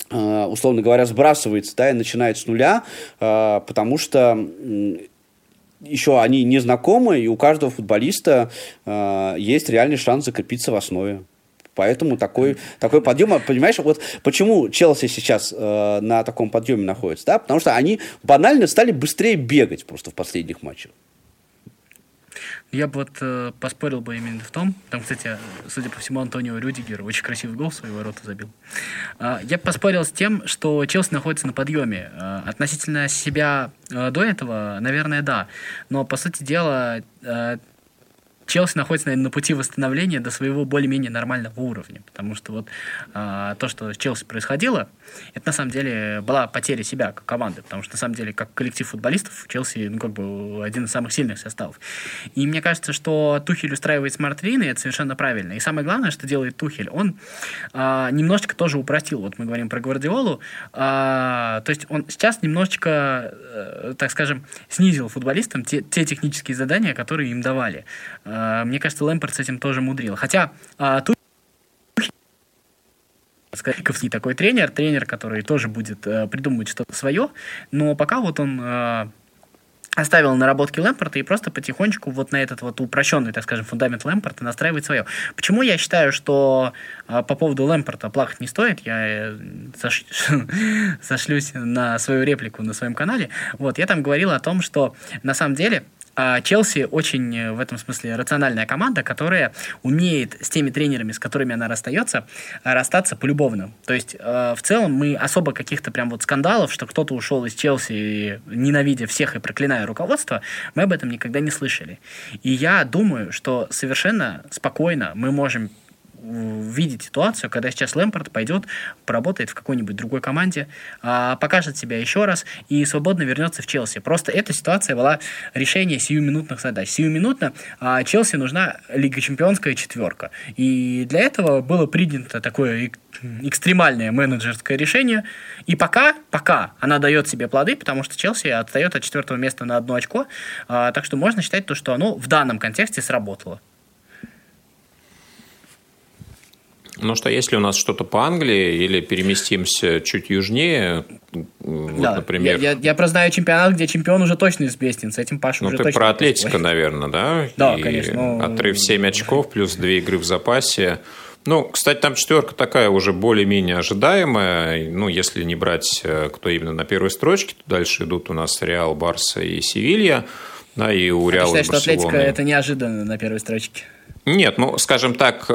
условно говоря, сбрасывается, да, и начинает с нуля, потому что еще они не знакомы, и у каждого футболиста э, есть реальный шанс закрепиться в основе. Поэтому такой, такой подъем, понимаешь, вот почему Челси сейчас э, на таком подъеме находится, да, потому что они банально стали быстрее бегать просто в последних матчах. Я бы вот э, поспорил бы именно в том, там, кстати, судя по всему, Антонио Рюдигер очень красивый гол в свои ворота забил. Э, я бы поспорил с тем, что Челси находится на подъеме. Э, относительно себя э, до этого, наверное, да. Но, по сути дела, э, Челси находится, наверное, на пути восстановления до своего более-менее нормального уровня, потому что вот а, то, что с Челси происходило, это на самом деле была потеря себя как команды, потому что на самом деле как коллектив футболистов Челси, ну, как бы один из самых сильных составов. И мне кажется, что Тухель устраивает смарт-лины, это совершенно правильно. И самое главное, что делает Тухель, он а, немножечко тоже упростил. Вот мы говорим про Гвардиолу, а, то есть он сейчас немножечко, а, так скажем, снизил футболистам те, те технические задания, которые им давали. Мне кажется, Лэмпард с этим тоже мудрил. Хотя а, тут такой тренер, тренер, который тоже будет а, придумывать что-то свое, но пока вот он а, оставил наработки Лэмпарда и просто потихонечку вот на этот вот упрощенный, так скажем, фундамент Лэмпарда настраивает свое. Почему я считаю, что а, по поводу Лэмпарда плакать не стоит, я сош... сошлюсь на свою реплику на своем канале. Вот, я там говорил о том, что на самом деле Челси очень в этом смысле рациональная команда, которая умеет с теми тренерами, с которыми она расстается, расстаться полюбовно. То есть в целом мы особо каких-то прям вот скандалов, что кто-то ушел из Челси, ненавидя всех и проклиная руководство, мы об этом никогда не слышали. И я думаю, что совершенно спокойно мы можем видеть ситуацию, когда сейчас Лэмпард пойдет, поработает в какой-нибудь другой команде, покажет себя еще раз и свободно вернется в Челси. Просто эта ситуация была решение сиюминутных задач. Сиюминутно Челси нужна Лига Чемпионская четверка. И для этого было принято такое экстремальное менеджерское решение. И пока, пока она дает себе плоды, потому что Челси отстает от четвертого места на одно очко. Так что можно считать, то, что оно в данном контексте сработало. Ну что, если у нас что-то по Англии или переместимся чуть южнее, вот, да, например... Я, я, я просто знаю чемпионат, где чемпион уже точно известен, с этим Паша ну, уже точно... Ну, ты про Атлетико, наверное, да? Да, и конечно. Но... Отрыв семь очков, плюс две игры в запасе. Ну, кстати, там четверка такая уже более-менее ожидаемая. Ну, если не брать, кто именно на первой строчке, то дальше идут у нас Реал, Барса и Севилья. Да, и у Реала и Барселоны. Ты считаешь, что Атлетико это неожиданно на первой строчке? Нет, ну, скажем так...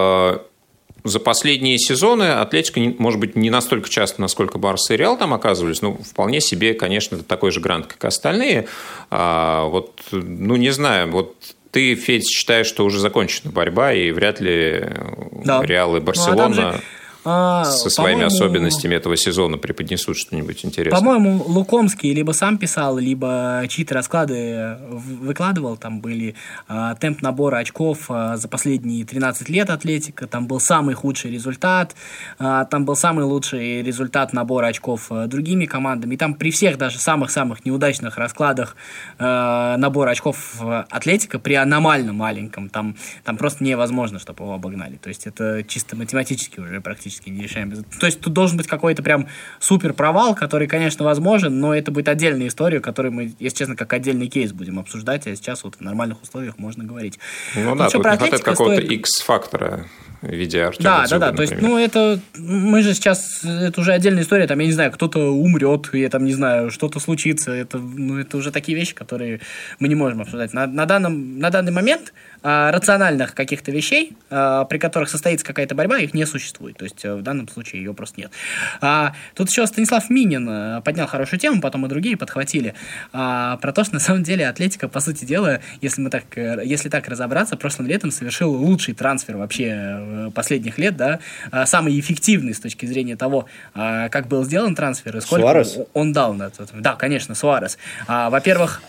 За последние сезоны Атлетико, может быть, не настолько часто, насколько Барса и Реал там оказывались, но вполне себе, конечно, это такой же грант, как и остальные. А, вот, ну, не знаю, вот ты, Федь, считаешь, что уже закончена борьба, и вряд ли да. Реал и Барселона... Ну, а А, со своими особенностями этого сезона преподнесут что-нибудь интересное. По-моему, Лукомский либо сам писал, либо чьи-то расклады выкладывал. Там были а, темп набора очков а, за последние тринадцать лет Атлетико. Там был самый худший результат. А, там был самый лучший результат набора очков а, другими командами. И там при всех даже самых-самых неудачных раскладах а, набора очков Атлетико при аномально маленьком, там, там просто невозможно, чтобы его обогнали. То есть это чисто математически уже практически не решаем. То есть тут должен быть какой-то прям супер провал, который, конечно, возможен, но это будет отдельная история, которую мы, если честно, как отдельный кейс будем обсуждать, а сейчас вот в нормальных условиях можно говорить. Ну, ну да, тут не хватает какого-то X-фактора в виде Артема Да, Дзюба, да, да, то есть, ну, это, мы же сейчас, это уже отдельная история, там, я не знаю, кто-то умрет, я там, не знаю, что-то случится, это, ну, это уже такие вещи, которые мы не можем обсуждать. На, на, данном, на данный момент а, рациональных каких-то вещей, а, при которых состоится какая-то борьба, их не существует, то есть в данном случае ее просто нет. А, тут еще Станислав Минин поднял хорошую тему, потом и другие подхватили, а, про то, что на самом деле Атлетико, по сути дела, если мы так, если так разобраться, прошлым летом совершил лучший трансфер вообще последних лет, да, самый эффективный с точки зрения того, как был сделан трансфер и сколько Суарес? он дал на это. Да, конечно, Суарес. Во-первых,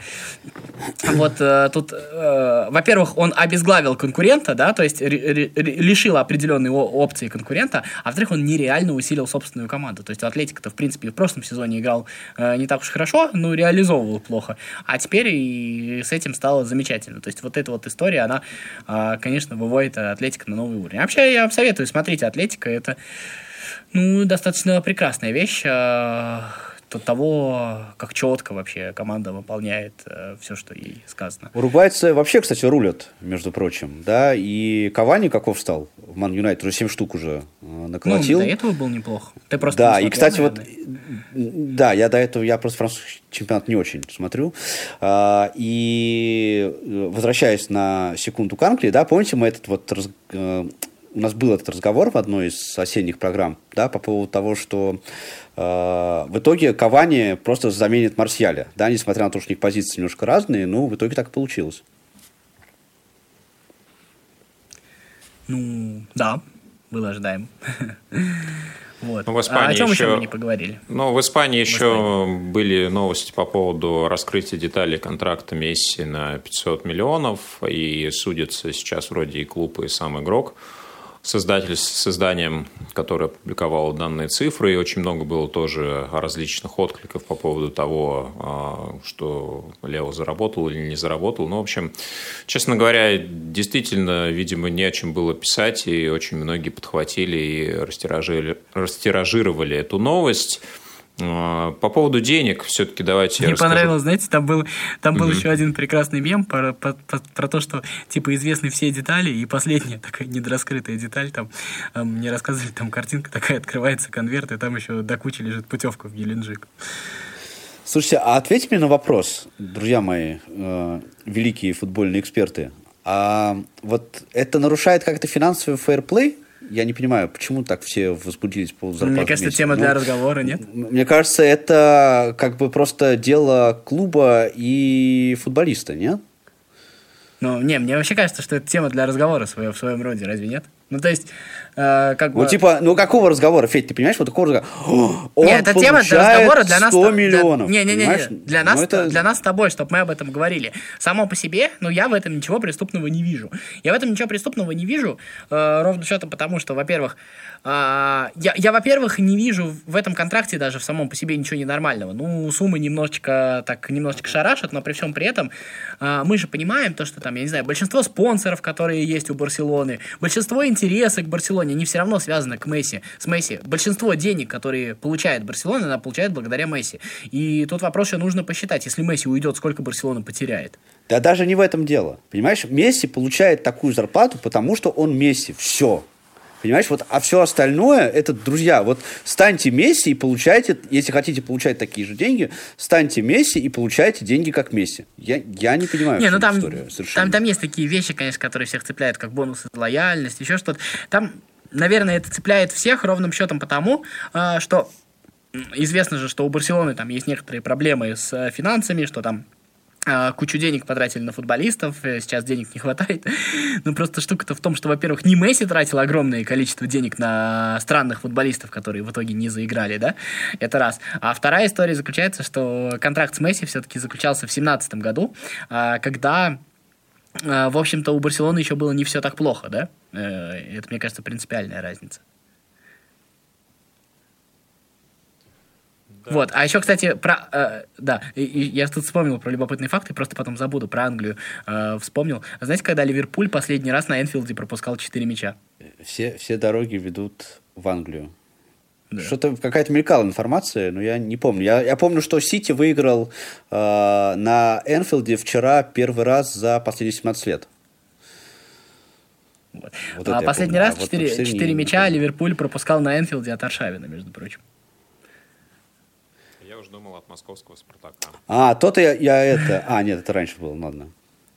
вот тут, во-первых, он обезглавил конкурента, да, то есть лишил определенной опции конкурента, а во-вторых, он нереально усилил собственную команду. То есть Атлетико-то, в принципе, в прошлом сезоне играл не так уж хорошо, но реализовывал плохо, а теперь и с этим стало замечательно. То есть вот эта вот история, она, конечно, выводит Атлетико на новый уровень. Вообще, я вам советую, смотрите, Атлетико — это, ну, достаточно прекрасная вещь. того, как четко вообще команда выполняет э, все, что ей сказано. Уругвайцы вообще, кстати, рулят, между прочим, да, и Кавани каков стал в Ман Юнайтед, уже семь штук уже э, наколотил. Ну, до этого был неплох. Ты просто да, смотрел, и, кстати, наверное. вот, да, я до этого, я просто французский чемпионат не очень смотрю, а, и возвращаясь на секунду к Англии, да, помните, мы этот вот, раз, э, у нас был этот разговор в одной из осенних программ, да, по поводу того, что э, в итоге Кавани просто заменит Марсиаля, да, несмотря на то, что у них позиции немножко разные, но в итоге так и получилось. Ну, да, было ожидаемо. Вот. Ну, в Испании а о чем еще... еще мы не поговорили? Ну, в Испании в еще Испании. были новости по поводу раскрытия деталей контракта Месси на пятьсот миллионов, и судится сейчас вроде и клуб, и сам игрок. Создатель с изданием, которое опубликовало данные цифры, и очень много было тоже различных откликов по поводу того, что Лео заработал или не заработал. Ну, в общем, честно говоря, действительно, видимо, не о чем было писать, и очень многие подхватили и растиражировали, растиражировали эту новость. По поводу денег, все-таки давайте Мне я расскажу. понравилось, знаете, там был, там был Мгм. еще один прекрасный мем про, про, про, про то, что типа известны все детали, и последняя такая недораскрытая деталь, там э, мне рассказывали, там картинка такая, открывается конверт, и там еще до кучи лежит путевка в Геленджик. Слушайте, а ответьте мне на вопрос, друзья мои, э, великие футбольные эксперты. А вот это нарушает как-то финансовый фейрплей? Я не понимаю, почему так все возбудились по поводу зарплаты. Мне кажется, Месси? тема Ну, для разговора, нет? Мне кажется, это как бы просто дело клуба и футболиста, нет? Ну, не, мне вообще кажется, что это тема для разговора своего, в своем роде, разве нет? Ну, то есть, э, как бы... Ну, типа, ну какого разговора, Федь, ты понимаешь, вот такого разговора? Он Нет, это тема для разговора для нас. сто миллионов. Не-не-не, понимаешь? для нас, Ну, это... для нас с тобой, чтобы мы об этом говорили. Само по себе, ну, я в этом ничего преступного не вижу. Я в этом ничего преступного не вижу, э, ровно счетом потому, что, во-первых, э, я, я, во-первых, не вижу в этом контракте даже в самом по себе ничего ненормального. Ну, суммы немножечко, так, немножечко шарашат, но при всем при этом э, мы же понимаем то, что там, я не знаю, большинство спонсоров, которые есть у Барселоны, большинство интересов к Барселоне, они все равно связаны к Месси, с Месси. Большинство денег, которые получает Барселона, она получает благодаря Месси. И тут вопрос еще нужно посчитать. Если Месси уйдет, сколько Барселона потеряет? Да даже не в этом дело. Понимаешь, Месси получает такую зарплату, потому что он Месси. Все. Понимаешь, вот, а все остальное, это, друзья, вот станьте Месси и получайте, если хотите получать такие же деньги, станьте Месси и получайте деньги как Месси. Я, я не понимаю, не, что ну там, история совершенно. Там, там есть такие вещи, конечно, которые всех цепляют, как бонусы за лояльность, еще что-то. Там, наверное, это цепляет всех ровным счетом потому, что известно же, что у Барселоны там есть некоторые проблемы с финансами, что там кучу денег потратили на футболистов, сейчас денег не хватает. Но просто штука-то в том, что, во-первых, не Месси тратил огромное количество денег на странных футболистов, которые в итоге не заиграли, да? Это раз. А вторая история заключается, что контракт с Месси все-таки заключался в семнадцатом году, когда, в общем-то, у Барселоны еще было не все так плохо, да? Это, мне кажется, принципиальная разница. Да. Вот, а еще, кстати, про, э, да, и, и я тут вспомнил про любопытный факт, и просто потом забуду, про Англию э, вспомнил. Знаете, когда Ливерпуль последний раз на Энфилде пропускал четыре мяча? Все, все дороги ведут в Англию. Да. Что-то, какая-то мелькала информация, но я не помню. Я, я помню, что Сити выиграл э, на Энфилде вчера первый раз за последние семнадцать лет. Вот. Вот а последний помню. раз а четыре, вот четыре мяча Ливерпуль пропускал на Энфилде от Аршавина, между прочим. Я уже думал от московского «Спартака». А, то-то я, я это... А, нет, это раньше было, ладно.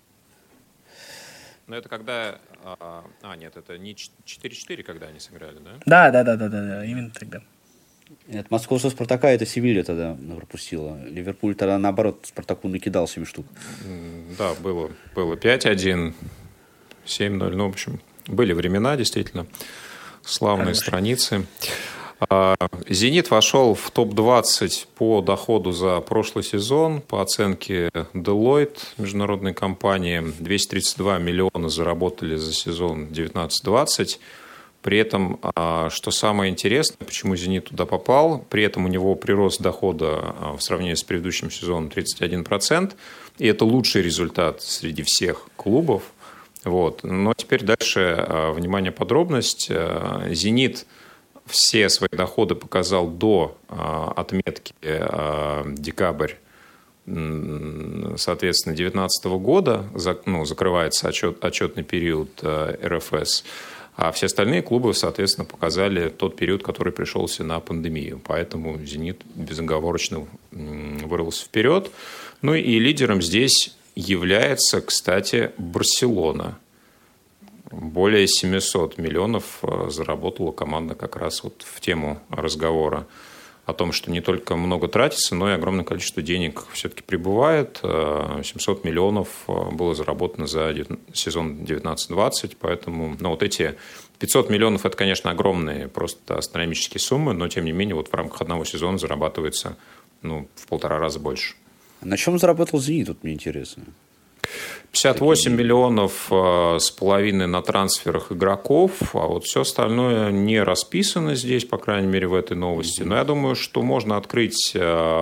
Но это когда... А, а, нет, это не четыре-четыре, когда они сыграли, да? Да, да, да, да, да, да, именно тогда. От московского «Спартака» это Севилья тогда пропустила. Ливерпуль тогда, наоборот, «Спартаку» накидал семь штук. Да, было, было пять один, семь ноль. Ну, в общем, были времена, действительно. Славные Хорошо. страницы. «Зенит» вошел в топ двадцать по доходу за прошлый сезон. По оценке Deloitte, международной компании, двести тридцать два миллиона заработали за сезон девятнадцать двадцать. При этом, что самое интересное, почему «Зенит» туда попал, при этом у него прирост дохода в сравнении с предыдущим сезоном тридцать один процент. И это лучший результат среди всех клубов. Вот. Но теперь дальше, внимание, подробность. «Зенит» все свои доходы показал до отметки декабрь, соответственно, две тысячи девятнадцатого года, ну, закрывается отчет, отчетный период эр эф эс, а все остальные клубы, соответственно, показали тот период, который пришелся на пандемию. Поэтому «Зенит» безоговорочно вырвался вперед. Ну и лидером здесь является, кстати, «Барселона». Более семьсот миллионов заработала команда как раз вот в тему разговора о том, что не только много тратится, но и огромное количество денег все-таки прибывает. семьсот миллионов было заработано за сезон девятнадцать двадцать, поэтому ну, вот эти пятьсот миллионов – это, конечно, огромные просто астрономические суммы, но, тем не менее, вот в рамках одного сезона зарабатывается ну, в полтора раза больше. На чем заработал «Зенит», тут мне интересно? пятьдесят восемь миллионов с половиной на трансферах игроков, а вот все остальное не расписано здесь, по крайней мере, в этой новости. Но я думаю, что можно открыть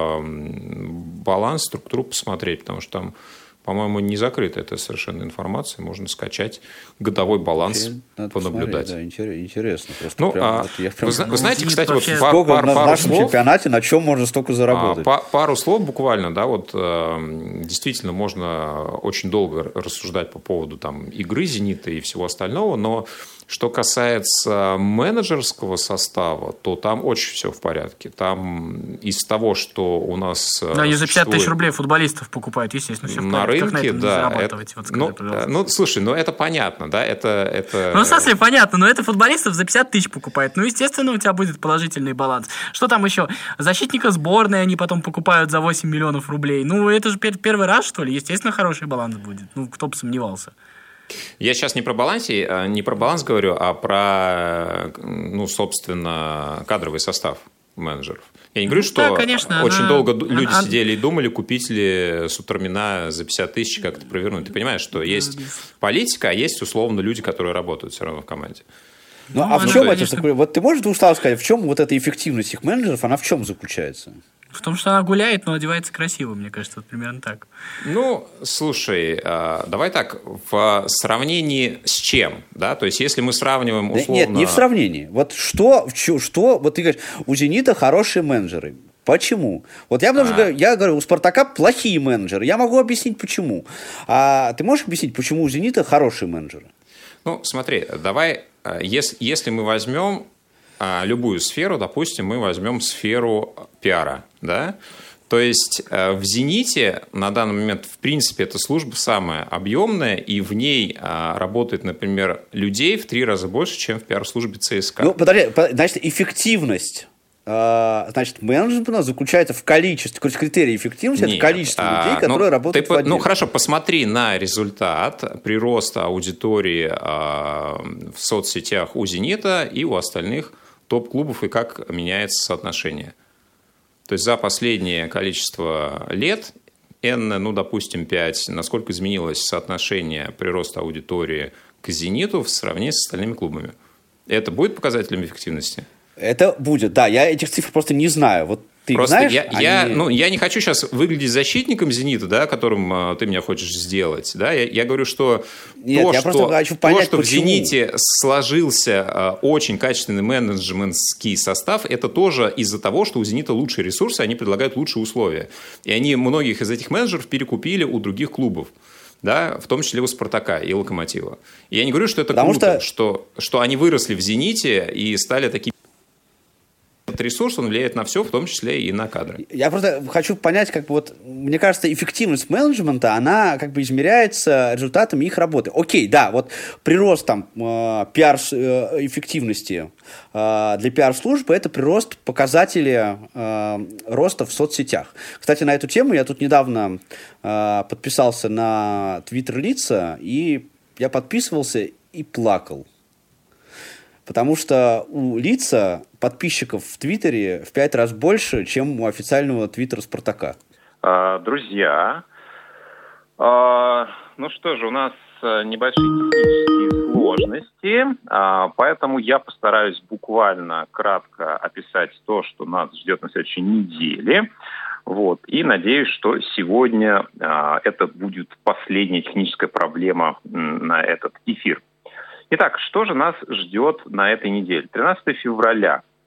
баланс, структуру посмотреть, потому что там, по-моему, не закрыта эта совершенно информация. Можно скачать годовой баланс, надо понаблюдать. Да, интересно. Ну, прям, а, вот я прям... Вы, вы знаете, кстати, вот пар, сколько пар, на пару нашем слов, чемпионате на чем можно столько заработать? А, пару слов буквально, да, вот действительно можно очень долго рассуждать по поводу там, игры «Зенита» и всего остального, но что касается менеджерского состава, то там очень все в порядке. Там из того, что у нас... Да, они за пятьдесят тысяч рублей футболистов покупают, естественно, все в порядке. На рынке, как на этом да. Не зарабатывать? Это, вот ну, ну, слушай, ну это понятно, да, это... это... Ну, в смысле, понятно, но это футболистов за пятьдесят тысяч покупает. Ну, естественно, у тебя будет положительный баланс. Что там еще? Защитника сборной они потом покупают за восемь миллионов рублей. Ну, это же первый раз, что ли? Естественно, хороший баланс будет. Ну, кто бы сомневался. Я сейчас не про балансе, не про баланс говорю, а про, ну, собственно, кадровый состав менеджеров. Я не говорю, что да, конечно, очень она... долго люди она... сидели и думали, купить ли Сутормина за пятьдесят тысяч, как это провернуть. Ты понимаешь, что есть политика, а есть, условно, люди, которые работают все равно в команде. Ну, ну а в чем это? Конечно... Вот ты можешь в двух словах сказать, в чем вот эта эффективность их менеджеров, она в чем заключается? В том, что она гуляет, но одевается красиво, мне кажется, вот примерно так. Ну, слушай, давай так, в сравнении с чем, да? То есть, если мы сравниваем условно... Нет, не в сравнении. Вот что, что, вот ты говоришь, у «Зенита» хорошие менеджеры. Почему? Вот я, потому а. что, я говорю, у «Спартака» плохие менеджеры. Я могу объяснить, почему. А ты можешь объяснить, почему у «Зенита» хорошие менеджеры? Ну, смотри, давай, если, если мы возьмем любую сферу, допустим, мы возьмем сферу пиара, да, то есть в «Зените» на данный момент, в принципе, эта служба самая объемная, и в ней работает, например, людей в три раза больше, чем в пиар-службе ЦСКА. Ну, подожди, значит, эффективность, значит, менеджмента заключается в количестве, критерий эффективности, Нет, это количество а, людей, которые ну, работают ты, в отделе. Ну, хорошо, посмотри на результат прироста аудитории в соцсетях у «Зенита» и у остальных топ-клубов, и как меняется соотношение. То есть за последнее количество лет, N, ну, допустим, пять, насколько изменилось соотношение прироста аудитории к «Зениту» в сравнении с остальными клубами? Это будет показателем эффективности? Это будет, да. Я этих цифр просто не знаю. Вот ты Просто знаешь, я, они... я, ну, я не хочу сейчас выглядеть защитником «Зенита», да, которым э, ты меня хочешь сделать. Да? Я, я говорю, что Нет, то, я что, хочу понять, то, что в почему. «Зените» сложился э, очень качественный менеджментский состав, это тоже из-за того, что у «Зенита» лучшие ресурсы, они предлагают лучшие условия. И они многих из этих менеджеров перекупили у других клубов. Да, в том числе у «Спартака» и «Локомотива». И я не говорю, что это Потому круто, что... Что, что они выросли в «Зените» и стали такими... Этот ресурс, он влияет на все, в том числе и на кадры. Я просто хочу понять, как бы вот, мне кажется, эффективность менеджмента, она как бы измеряется результатами их работы. Окей, да, вот прирост там э, пиар э, эффективности э, для пиар-службы – это прирост показателя э, роста в соцсетях. Кстати, на эту тему я тут недавно э, подписался на твиттер-лица, и я подписывался и плакал. Потому что у лица подписчиков в Твиттере в пять раз больше, чем у официального Твиттера «Спартака». А, друзья, а, ну что же, у нас небольшие технические сложности, а, поэтому я постараюсь буквально кратко описать то, что нас ждет на следующей неделе. Вот. И надеюсь, что сегодня а, это будет последняя техническая проблема на этот эфир. Итак, что же нас ждет на этой неделе? тринадцатого февраля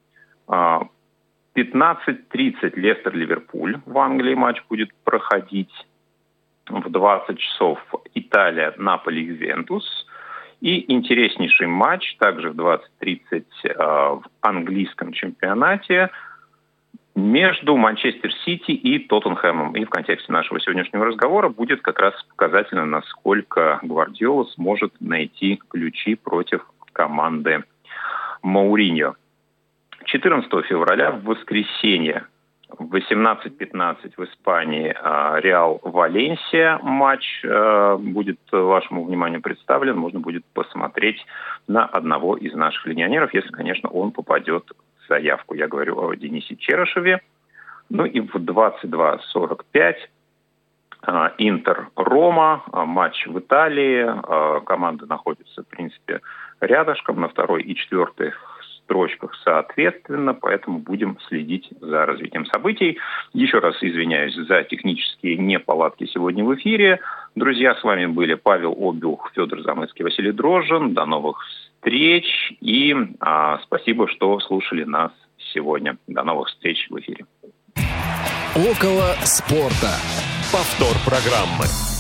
пятнадцать тридцать Лестер-Ливерпуль в Англии матч будет проходить. В двадцать часов Италия, Наполи, Ювентус. И интереснейший матч также в двадцать тридцать в английском чемпионате между Манчестер Сити и Тоттенхэмом. И в контексте нашего сегодняшнего разговора будет как раз показательно, насколько Гвардиола сможет найти ключи против команды Мауриньо. четырнадцатого февраля в воскресенье в восемнадцать пятнадцать в Испании Реал Валенсия матч будет вашему вниманию представлен. Можно будет посмотреть на одного из наших легионеров, если, конечно, он попадет в заявку. Я говорю о Денисе Черышеве. Ну и в двадцать два сорок пять Интер-Рома, матч в Италии. Команды находятся, в принципе, рядышком на второй и четвертой строчках соответственно, поэтому будем следить за развитием событий. Еще раз извиняюсь за технические неполадки сегодня в эфире. Друзья, с вами были Павел Обиух, Федор Замыцкий, Василий Дрожжин. До новых встреч и а, спасибо, что слушали нас сегодня. До новых встреч в эфире. Около спорта. Повтор программы.